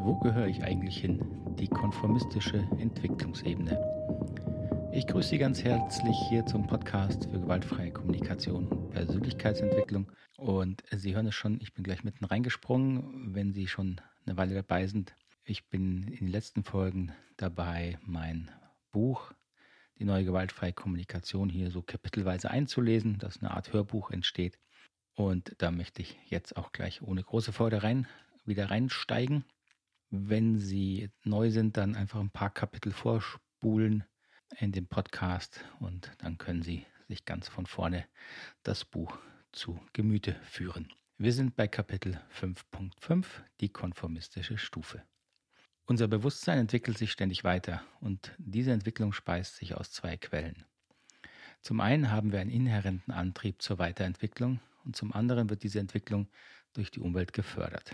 Wo gehöre ich eigentlich hin? Die konformistische Entwicklungsebene. Ich grüße Sie ganz herzlich hier zum Podcast für gewaltfreie Kommunikation und Persönlichkeitsentwicklung. Und Sie hören es schon, ich bin gleich mitten reingesprungen, wenn Sie schon eine Weile dabei sind. Ich bin in den letzten Folgen dabei, mein Buch, die neue gewaltfreie Kommunikation, hier so kapitelweise einzulesen, dass eine Art Hörbuch entsteht. Und da möchte ich jetzt auch gleich ohne große Freude wieder reinsteigen. Wenn Sie neu sind, dann einfach ein paar Kapitel vorspulen in dem Podcast und dann können Sie sich ganz von vorne das Buch zu Gemüte führen. Wir sind bei Kapitel 5.5, die konformistische Stufe. Unser Bewusstsein entwickelt sich ständig weiter und diese Entwicklung speist sich aus zwei Quellen. Zum einen haben wir einen inhärenten Antrieb zur Weiterentwicklung und zum anderen wird diese Entwicklung durch die Umwelt gefördert.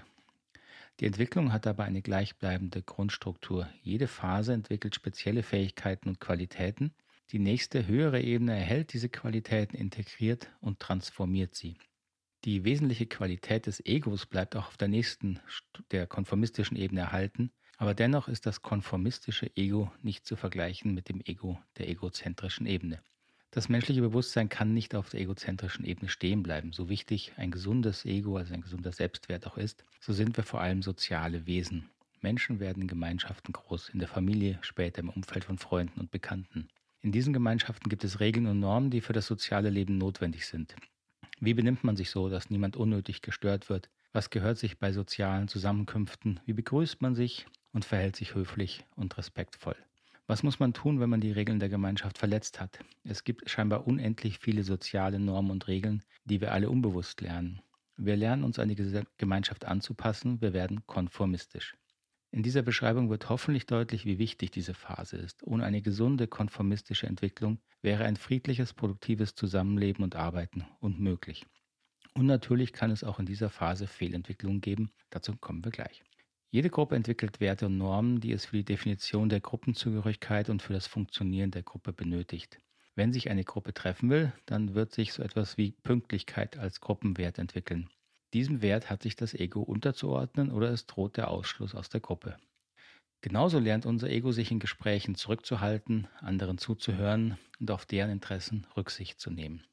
Die Entwicklung hat dabei eine gleichbleibende Grundstruktur. Jede Phase entwickelt spezielle Fähigkeiten und Qualitäten. Die nächste höhere Ebene erhält diese Qualitäten, integriert und transformiert sie. Die wesentliche Qualität des Egos bleibt auch auf der nächsten, der konformistischen Ebene erhalten, aber dennoch ist das konformistische Ego nicht zu vergleichen mit dem Ego der egozentrischen Ebene. Das menschliche Bewusstsein kann nicht auf der egozentrischen Ebene stehen bleiben. So wichtig ein gesundes Ego, also ein gesunder Selbstwert auch ist, so sind wir vor allem soziale Wesen. Menschen werden in Gemeinschaften groß, in der Familie, später im Umfeld von Freunden und Bekannten. In diesen Gemeinschaften gibt es Regeln und Normen, die für das soziale Leben notwendig sind. Wie benimmt man sich so, dass niemand unnötig gestört wird? Was gehört sich bei sozialen Zusammenkünften? Wie begrüßt man sich und verhält sich höflich und respektvoll? Was muss man tun, wenn man die Regeln der Gemeinschaft verletzt hat? Es gibt scheinbar unendlich viele soziale Normen und Regeln, die wir alle unbewusst lernen. Wir lernen uns an die Gemeinschaft anzupassen, wir werden konformistisch. In dieser Beschreibung wird hoffentlich deutlich, wie wichtig diese Phase ist. Ohne eine gesunde konformistische Entwicklung wäre ein friedliches, produktives Zusammenleben und Arbeiten unmöglich. Und natürlich kann es auch in dieser Phase Fehlentwicklungen geben, dazu kommen wir gleich. Jede Gruppe entwickelt Werte und Normen, die es für die Definition der Gruppenzugehörigkeit und für das Funktionieren der Gruppe benötigt. Wenn sich eine Gruppe treffen will, dann wird sich so etwas wie Pünktlichkeit als Gruppenwert entwickeln. Diesem Wert hat sich das Ego unterzuordnen oder es droht der Ausschluss aus der Gruppe. Genauso lernt unser Ego sich in Gesprächen zurückzuhalten, anderen zuzuhören und auf deren Interessen Rücksicht zu nehmen.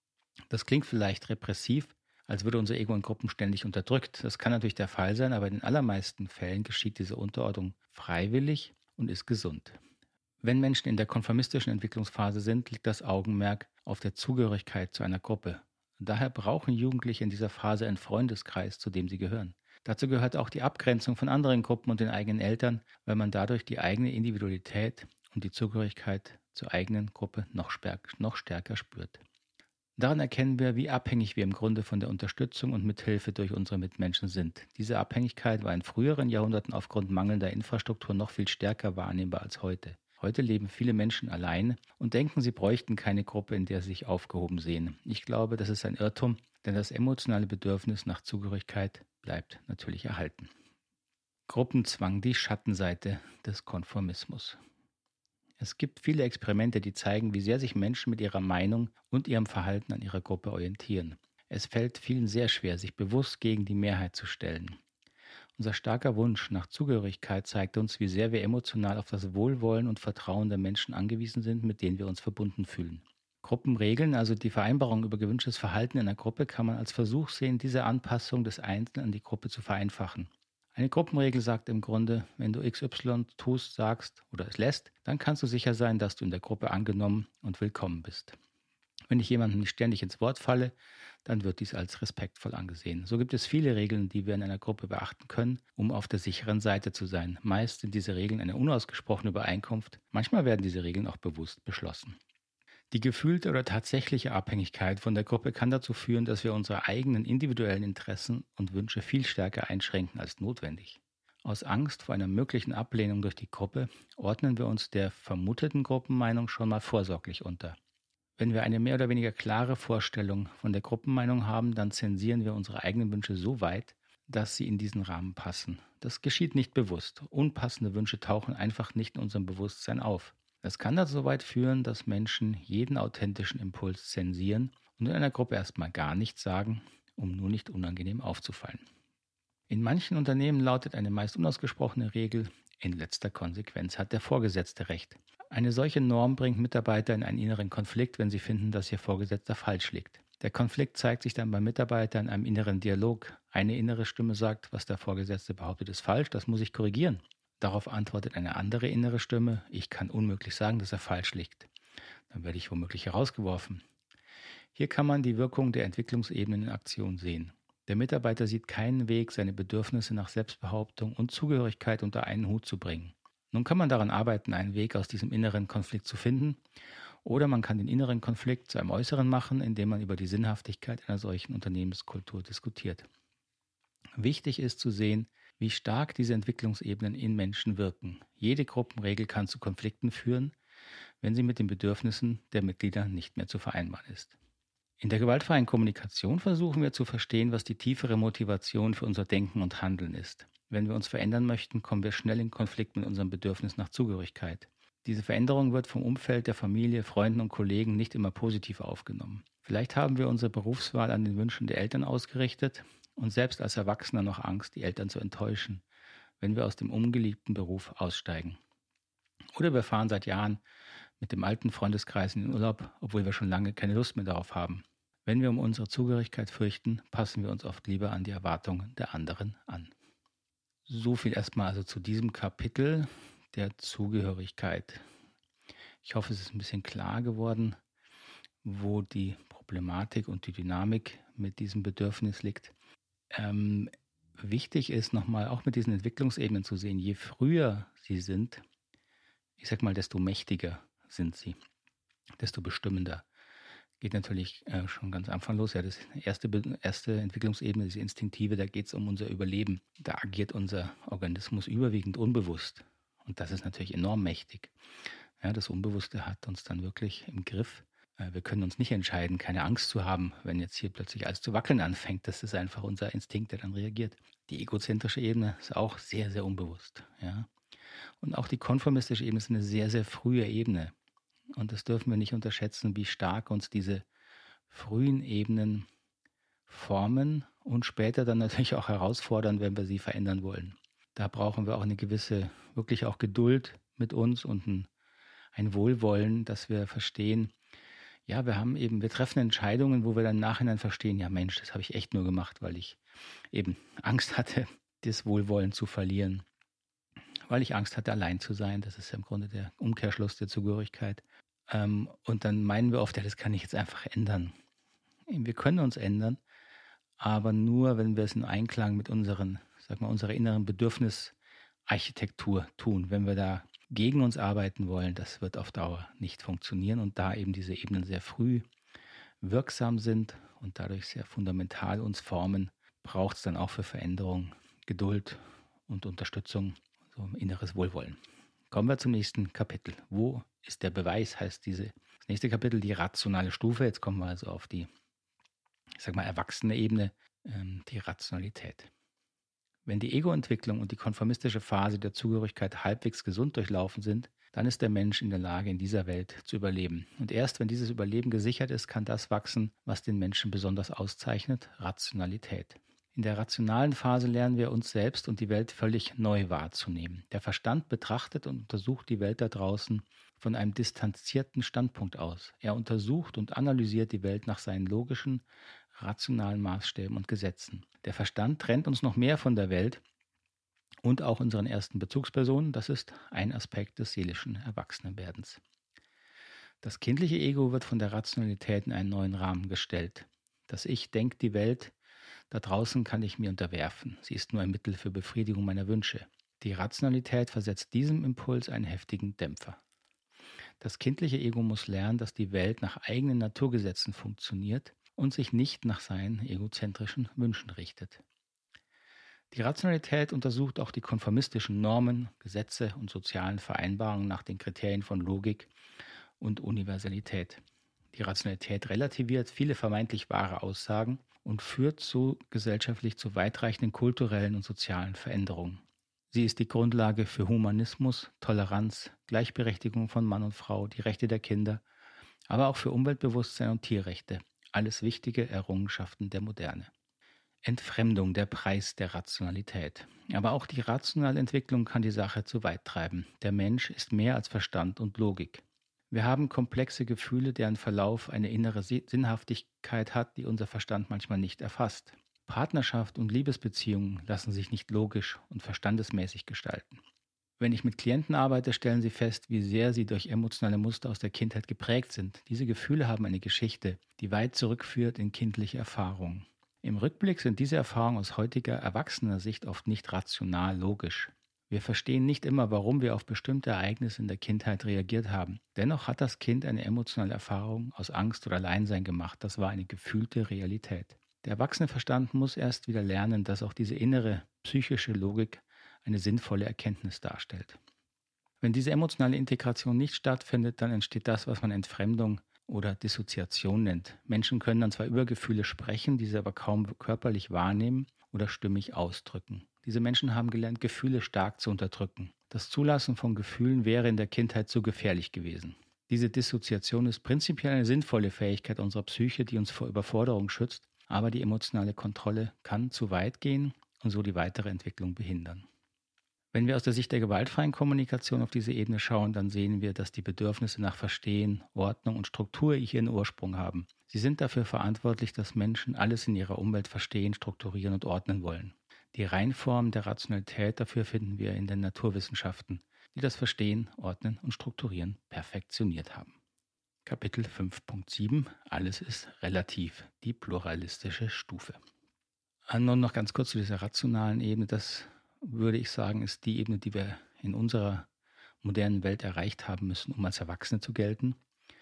Das klingt vielleicht repressiv, als würde unser Ego in Gruppen ständig unterdrückt. Das kann natürlich der Fall sein, aber in den allermeisten Fällen geschieht diese Unterordnung freiwillig und ist gesund. Wenn Menschen in der konformistischen Entwicklungsphase sind, liegt das Augenmerk auf der Zugehörigkeit zu einer Gruppe. Daher brauchen Jugendliche in dieser Phase einen Freundeskreis, zu dem sie gehören. Dazu gehört auch die Abgrenzung von anderen Gruppen und den eigenen Eltern, weil man dadurch die eigene Individualität und die Zugehörigkeit zur eigenen Gruppe noch stärker spürt. Daran erkennen wir, wie abhängig wir im Grunde von der Unterstützung und Mithilfe durch unsere Mitmenschen sind. Diese Abhängigkeit war in früheren Jahrhunderten aufgrund mangelnder Infrastruktur noch viel stärker wahrnehmbar als heute. Heute leben viele Menschen allein und denken, sie bräuchten keine Gruppe, in der sie sich aufgehoben sehen. Ich glaube, das ist ein Irrtum, denn das emotionale Bedürfnis nach Zugehörigkeit bleibt natürlich erhalten. Gruppenzwang, die Schattenseite des Konformismus. Es gibt viele Experimente, die zeigen, wie sehr sich Menschen mit ihrer Meinung und ihrem Verhalten an ihrer Gruppe orientieren. Es fällt vielen sehr schwer, sich bewusst gegen die Mehrheit zu stellen. Unser starker Wunsch nach Zugehörigkeit zeigt uns, wie sehr wir emotional auf das Wohlwollen und Vertrauen der Menschen angewiesen sind, mit denen wir uns verbunden fühlen. Gruppenregeln, also die Vereinbarung über gewünschtes Verhalten in einer Gruppe, kann man als Versuch sehen, diese Anpassung des Einzelnen an die Gruppe zu vereinfachen. Eine Gruppenregel sagt im Grunde, wenn du XY tust, sagst oder es lässt, dann kannst du sicher sein, dass du in der Gruppe angenommen und willkommen bist. Wenn ich jemandem nicht ständig ins Wort falle, dann wird dies als respektvoll angesehen. So gibt es viele Regeln, die wir in einer Gruppe beachten können, um auf der sicheren Seite zu sein. Meist sind diese Regeln eine unausgesprochene Übereinkunft. Manchmal werden diese Regeln auch bewusst beschlossen. Die gefühlte oder tatsächliche Abhängigkeit von der Gruppe kann dazu führen, dass wir unsere eigenen individuellen Interessen und Wünsche viel stärker einschränken als notwendig. Aus Angst vor einer möglichen Ablehnung durch die Gruppe ordnen wir uns der vermuteten Gruppenmeinung schon mal vorsorglich unter. Wenn wir eine mehr oder weniger klare Vorstellung von der Gruppenmeinung haben, dann zensieren wir unsere eigenen Wünsche so weit, dass sie in diesen Rahmen passen. Das geschieht nicht bewusst. Unpassende Wünsche tauchen einfach nicht in unserem Bewusstsein auf. Es kann dazu so weit führen, dass Menschen jeden authentischen Impuls zensieren und in einer Gruppe erstmal gar nichts sagen, um nur nicht unangenehm aufzufallen. In manchen Unternehmen lautet eine meist unausgesprochene Regel: In letzter Konsequenz hat der Vorgesetzte recht. Eine solche Norm bringt Mitarbeiter in einen inneren Konflikt, wenn sie finden, dass ihr Vorgesetzter falsch liegt. Der Konflikt zeigt sich dann beim Mitarbeiter in einem inneren Dialog. Eine innere Stimme sagt, was der Vorgesetzte behauptet, ist falsch, das muss ich korrigieren. Darauf antwortet eine andere innere Stimme: Ich kann unmöglich sagen, dass er falsch liegt. Dann werde ich womöglich herausgeworfen. Hier kann man die Wirkung der Entwicklungsebenen in Aktion sehen. Der Mitarbeiter sieht keinen Weg, seine Bedürfnisse nach Selbstbehauptung und Zugehörigkeit unter einen Hut zu bringen. Nun kann man daran arbeiten, einen Weg aus diesem inneren Konflikt zu finden, oder man kann den inneren Konflikt zu einem äußeren machen, indem man über die Sinnhaftigkeit einer solchen Unternehmenskultur diskutiert. Wichtig ist zu sehen, wie stark diese Entwicklungsebenen in Menschen wirken. Jede Gruppenregel kann zu Konflikten führen, wenn sie mit den Bedürfnissen der Mitglieder nicht mehr zu vereinbaren ist. In der gewaltfreien Kommunikation versuchen wir zu verstehen, was die tiefere Motivation für unser Denken und Handeln ist. Wenn wir uns verändern möchten, kommen wir schnell in Konflikt mit unserem Bedürfnis nach Zugehörigkeit. Diese Veränderung wird vom Umfeld, der Familie, Freunden und Kollegen nicht immer positiv aufgenommen. Vielleicht haben wir unsere Berufswahl an den Wünschen der Eltern ausgerichtet und selbst als Erwachsener noch Angst, die Eltern zu enttäuschen, wenn wir aus dem ungeliebten Beruf aussteigen. Oder wir fahren seit Jahren mit dem alten Freundeskreis in den Urlaub, obwohl wir schon lange keine Lust mehr darauf haben. Wenn wir um unsere Zugehörigkeit fürchten, passen wir uns oft lieber an die Erwartungen der anderen an. So viel erstmal also zu diesem Kapitel der Zugehörigkeit. Ich hoffe, es ist ein bisschen klar geworden, wo die Problematik und die Dynamik mit diesem Bedürfnis liegt. Wichtig ist nochmal auch mit diesen Entwicklungsebenen zu sehen, je früher sie sind, ich sag mal, desto mächtiger sind sie, desto bestimmender. Geht natürlich schon ganz am Anfang los. Ja, das erste Entwicklungsebene, diese instinktive, da geht es um unser Überleben. Da agiert unser Organismus überwiegend unbewusst. Und das ist natürlich enorm mächtig. Ja, das Unbewusste hat uns dann wirklich im Griff. Wir können uns nicht entscheiden, keine Angst zu haben, wenn jetzt hier plötzlich alles zu wackeln anfängt. Das ist einfach unser Instinkt, der dann reagiert. Die egozentrische Ebene ist auch sehr, sehr unbewusst. Ja. Und auch die konformistische Ebene ist eine sehr, sehr frühe Ebene. Und das dürfen wir nicht unterschätzen, wie stark uns diese frühen Ebenen formen und später dann natürlich auch herausfordern, wenn wir sie verändern wollen. Da brauchen wir auch eine gewisse, wirklich auch Geduld mit uns und ein Wohlwollen, dass wir verstehen, ja, wir treffen Entscheidungen, wo wir dann im Nachhinein verstehen, ja Mensch, das habe ich echt nur gemacht, weil ich eben Angst hatte, das Wohlwollen zu verlieren. Weil ich Angst hatte, allein zu sein. Das ist ja im Grunde der Umkehrschluss der Zugehörigkeit. Und dann meinen wir oft, ja, das kann ich jetzt einfach ändern. Wir können uns ändern, aber nur, wenn wir es in Einklang mit unserer inneren Bedürfnisarchitektur tun. Wenn wir da gegen uns arbeiten wollen, das wird auf Dauer nicht funktionieren. Und da eben diese Ebenen sehr früh wirksam sind und dadurch sehr fundamental uns formen, braucht es dann auch für Veränderung Geduld und Unterstützung, so inneres Wohlwollen. Kommen wir zum nächsten Kapitel. Wo ist der Beweis, heißt das nächste Kapitel, die rationale Stufe. Jetzt kommen wir also auf die, erwachsene Ebene, die Rationalität. Wenn die Ego-Entwicklung und die konformistische Phase der Zugehörigkeit halbwegs gesund durchlaufen sind, dann ist der Mensch in der Lage, in dieser Welt zu überleben. Und erst wenn dieses Überleben gesichert ist, kann das wachsen, was den Menschen besonders auszeichnet: Rationalität. In der rationalen Phase lernen wir uns selbst und die Welt völlig neu wahrzunehmen. Der Verstand betrachtet und untersucht die Welt da draußen von einem distanzierten Standpunkt aus. Er untersucht und analysiert die Welt nach seinen logischen, rationalen Maßstäben und Gesetzen. Der Verstand trennt uns noch mehr von der Welt und auch unseren ersten Bezugspersonen. Das ist ein Aspekt des seelischen Erwachsenenwerdens. Das kindliche Ego wird von der Rationalität in einen neuen Rahmen gestellt. Das Ich denkt, die Welt da draußen kann ich mir unterwerfen. Sie ist nur ein Mittel für Befriedigung meiner Wünsche. Die Rationalität versetzt diesem Impuls einen heftigen Dämpfer. Das kindliche Ego muss lernen, dass die Welt nach eigenen Naturgesetzen funktioniert und sich nicht nach seinen egozentrischen Wünschen richtet. Die Rationalität untersucht auch die konformistischen Normen, Gesetze und sozialen Vereinbarungen nach den Kriterien von Logik und Universalität. Die Rationalität relativiert viele vermeintlich wahre Aussagen und führt gesellschaftlich zu weitreichenden kulturellen und sozialen Veränderungen. Sie ist die Grundlage für Humanismus, Toleranz, Gleichberechtigung von Mann und Frau, die Rechte der Kinder, aber auch für Umweltbewusstsein und Tierrechte. Alles wichtige Errungenschaften der Moderne. Entfremdung, der Preis der Rationalität. Aber auch die rationale Entwicklung kann die Sache zu weit treiben. Der Mensch ist mehr als Verstand und Logik. Wir haben komplexe Gefühle, deren Verlauf eine innere Sinnhaftigkeit hat, die unser Verstand manchmal nicht erfasst. Partnerschaft und Liebesbeziehungen lassen sich nicht logisch und verstandesmäßig gestalten. Wenn ich mit Klienten arbeite, stellen sie fest, wie sehr sie durch emotionale Muster aus der Kindheit geprägt sind. Diese Gefühle haben eine Geschichte, die weit zurückführt in kindliche Erfahrungen. Im Rückblick sind diese Erfahrungen aus heutiger erwachsener Sicht oft nicht rational logisch. Wir verstehen nicht immer, warum wir auf bestimmte Ereignisse in der Kindheit reagiert haben. Dennoch hat das Kind eine emotionale Erfahrung aus Angst oder Alleinsein gemacht. Das war eine gefühlte Realität. Der erwachsene Verstand muss erst wieder lernen, dass auch diese innere psychische Logik eine sinnvolle Erkenntnis darstellt. Wenn diese emotionale Integration nicht stattfindet, dann entsteht das, was man Entfremdung oder Dissoziation nennt. Menschen können dann zwar über Gefühle sprechen, diese aber kaum körperlich wahrnehmen oder stimmig ausdrücken. Diese Menschen haben gelernt, Gefühle stark zu unterdrücken. Das Zulassen von Gefühlen wäre in der Kindheit zu gefährlich gewesen. Diese Dissoziation ist prinzipiell eine sinnvolle Fähigkeit unserer Psyche, die uns vor Überforderung schützt, aber die emotionale Kontrolle kann zu weit gehen und so die weitere Entwicklung behindern. Wenn wir aus der Sicht der gewaltfreien Kommunikation auf diese Ebene schauen, dann sehen wir, dass die Bedürfnisse nach Verstehen, Ordnung und Struktur ihren Ursprung haben. Sie sind dafür verantwortlich, dass Menschen alles in ihrer Umwelt verstehen, strukturieren und ordnen wollen. Die Reinform der Rationalität dafür finden wir in den Naturwissenschaften, die das Verstehen, Ordnen und Strukturieren perfektioniert haben. Kapitel 5.7 Alles ist relativ, die pluralistische Stufe. Nun noch ganz kurz zu dieser rationalen Ebene. Das würde ich sagen, ist die Ebene, die wir in unserer modernen Welt erreicht haben müssen, um als Erwachsene zu gelten.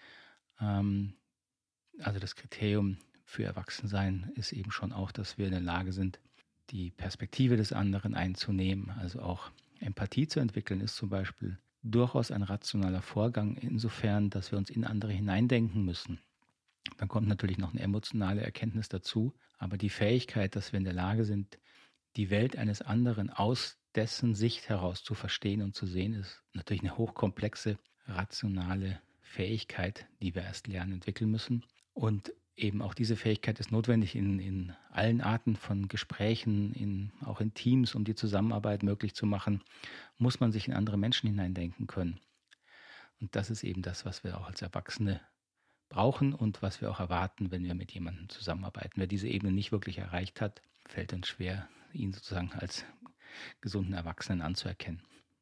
Also das Kriterium für Erwachsensein ist eben schon auch, dass wir in der Lage sind, die Perspektive des anderen einzunehmen. Also auch Empathie zu entwickeln ist zum Beispiel durchaus ein rationaler Vorgang, insofern, dass wir uns in andere hineindenken müssen. Dann kommt natürlich noch eine emotionale Erkenntnis dazu, aber die Fähigkeit, dass wir in der Lage sind, die Welt eines anderen aus dessen Sicht heraus zu verstehen und zu sehen, ist natürlich eine hochkomplexe, rationale Fähigkeit, die wir erst lernen, entwickeln müssen. Und eben auch diese Fähigkeit ist notwendig in allen Arten von Gesprächen, auch in Teams, um die Zusammenarbeit möglich zu machen, muss man sich in andere Menschen hineindenken können. Und das ist eben das, was wir auch als Erwachsene brauchen und was wir auch erwarten, wenn wir mit jemandem zusammenarbeiten. Wer diese Ebene nicht wirklich erreicht hat, fällt uns schwer, ihn sozusagen als gesunden Erwachsenen anzuerkennen.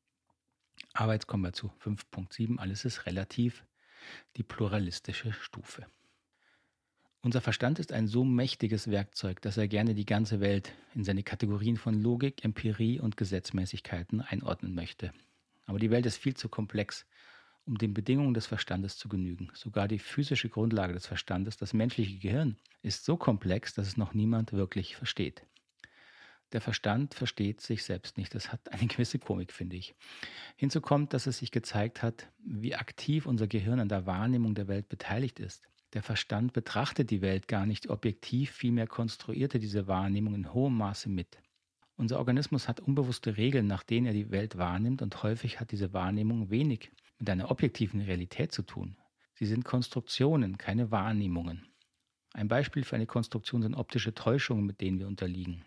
Aber jetzt kommen wir zu 5.7. Alles ist relativ, die pluralistische Stufe. Unser Verstand ist ein so mächtiges Werkzeug, dass er gerne die ganze Welt in seine Kategorien von Logik, Empirie und Gesetzmäßigkeiten einordnen möchte. Aber die Welt ist viel zu komplex, um den Bedingungen des Verstandes zu genügen. Sogar die physische Grundlage des Verstandes, das menschliche Gehirn, ist so komplex, dass es noch niemand wirklich versteht. Der Verstand versteht sich selbst nicht. Das hat eine gewisse Komik, finde ich. Hinzu kommt, dass es sich gezeigt hat, wie aktiv unser Gehirn an der Wahrnehmung der Welt beteiligt ist. Der Verstand betrachtet die Welt gar nicht objektiv, vielmehr konstruierte diese Wahrnehmung in hohem Maße mit. Unser Organismus hat unbewusste Regeln, nach denen er die Welt wahrnimmt, und häufig hat diese Wahrnehmung wenig mit einer objektiven Realität zu tun. Sie sind Konstruktionen, keine Wahrnehmungen. Ein Beispiel für eine Konstruktion sind optische Täuschungen, mit denen wir unterliegen.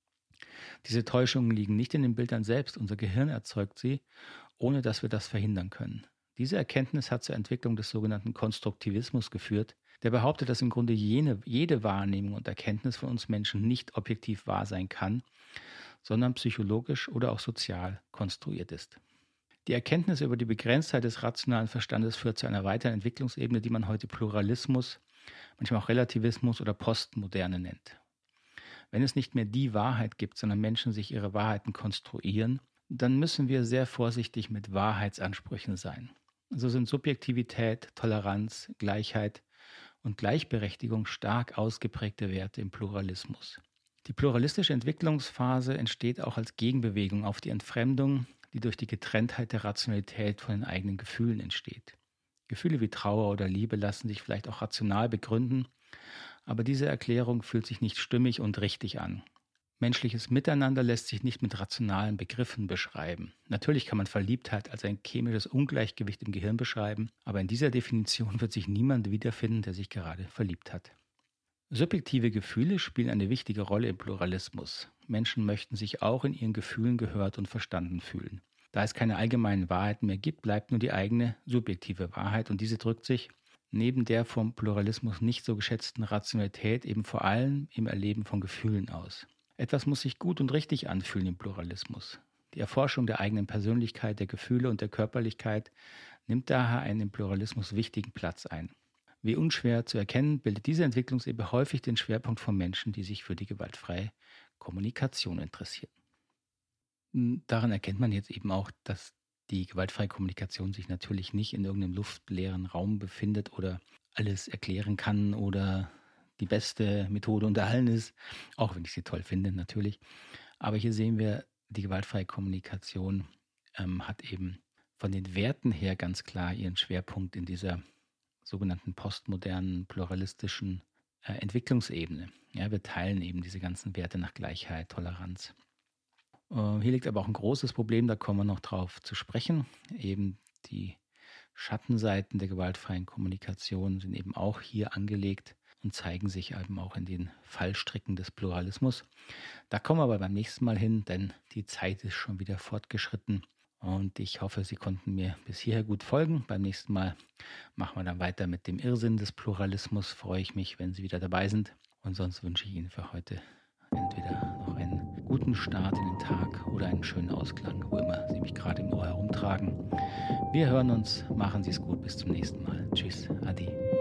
Diese Täuschungen liegen nicht in den Bildern selbst, unser Gehirn erzeugt sie, ohne dass wir das verhindern können. Diese Erkenntnis hat zur Entwicklung des sogenannten Konstruktivismus geführt, der behauptet, dass im Grunde jede Wahrnehmung und Erkenntnis von uns Menschen nicht objektiv wahr sein kann, sondern psychologisch oder auch sozial konstruiert ist. Die Erkenntnis über die Begrenztheit des rationalen Verstandes führt zu einer weiteren Entwicklungsebene, die man heute Pluralismus, manchmal auch Relativismus oder Postmoderne nennt. Wenn es nicht mehr die Wahrheit gibt, sondern Menschen sich ihre Wahrheiten konstruieren, dann müssen wir sehr vorsichtig mit Wahrheitsansprüchen sein. So sind Subjektivität, Toleranz, Gleichheit und Gleichberechtigung stark ausgeprägte Werte im Pluralismus. Die pluralistische Entwicklungsphase entsteht auch als Gegenbewegung auf die Entfremdung, die durch die Getrenntheit der Rationalität von den eigenen Gefühlen entsteht. Gefühle wie Trauer oder Liebe lassen sich vielleicht auch rational begründen, aber diese Erklärung fühlt sich nicht stimmig und richtig an. Menschliches Miteinander lässt sich nicht mit rationalen Begriffen beschreiben. Natürlich kann man Verliebtheit als ein chemisches Ungleichgewicht im Gehirn beschreiben, aber in dieser Definition wird sich niemand wiederfinden, der sich gerade verliebt hat. Subjektive Gefühle spielen eine wichtige Rolle im Pluralismus. Menschen möchten sich auch in ihren Gefühlen gehört und verstanden fühlen. Da es keine allgemeinen Wahrheiten mehr gibt, bleibt nur die eigene subjektive Wahrheit und diese drückt sich neben der vom Pluralismus nicht so geschätzten Rationalität eben vor allem im Erleben von Gefühlen aus. Etwas muss sich gut und richtig anfühlen im Pluralismus. Die Erforschung der eigenen Persönlichkeit, der Gefühle und der Körperlichkeit nimmt daher einen im Pluralismus wichtigen Platz ein. Wie unschwer zu erkennen, bildet diese Entwicklungsebene häufig den Schwerpunkt von Menschen, die sich für die gewaltfreie Kommunikation interessieren. Daran erkennt man jetzt eben auch, dass die gewaltfreie Kommunikation sich natürlich nicht in irgendeinem luftleeren Raum befindet oder alles erklären kann oder die beste Methode unter allen ist, auch wenn ich sie toll finde natürlich. Aber hier sehen wir, die gewaltfreie Kommunikation hat eben von den Werten her ganz klar ihren Schwerpunkt in dieser sogenannten postmodernen, pluralistischen Entwicklungsebene. Ja, wir teilen eben diese ganzen Werte nach Gleichheit, Toleranz. Hier liegt aber auch ein großes Problem, da kommen wir noch drauf zu sprechen. Eben die Schattenseiten der gewaltfreien Kommunikation sind eben auch hier angelegt und zeigen sich eben auch in den Fallstricken des Pluralismus. Da kommen wir aber beim nächsten Mal hin, denn die Zeit ist schon wieder fortgeschritten. Und ich hoffe, Sie konnten mir bis hierher gut folgen. Beim nächsten Mal machen wir dann weiter mit dem Irrsinn des Pluralismus. Freue ich mich, wenn Sie wieder dabei sind. Und sonst wünsche ich Ihnen für heute entweder noch einen guten Start in den Tag oder einen schönen Ausklang, wo immer Sie mich gerade im Ohr herumtragen. Wir hören uns. Machen Sie es gut. Bis zum nächsten Mal. Tschüss. Ade.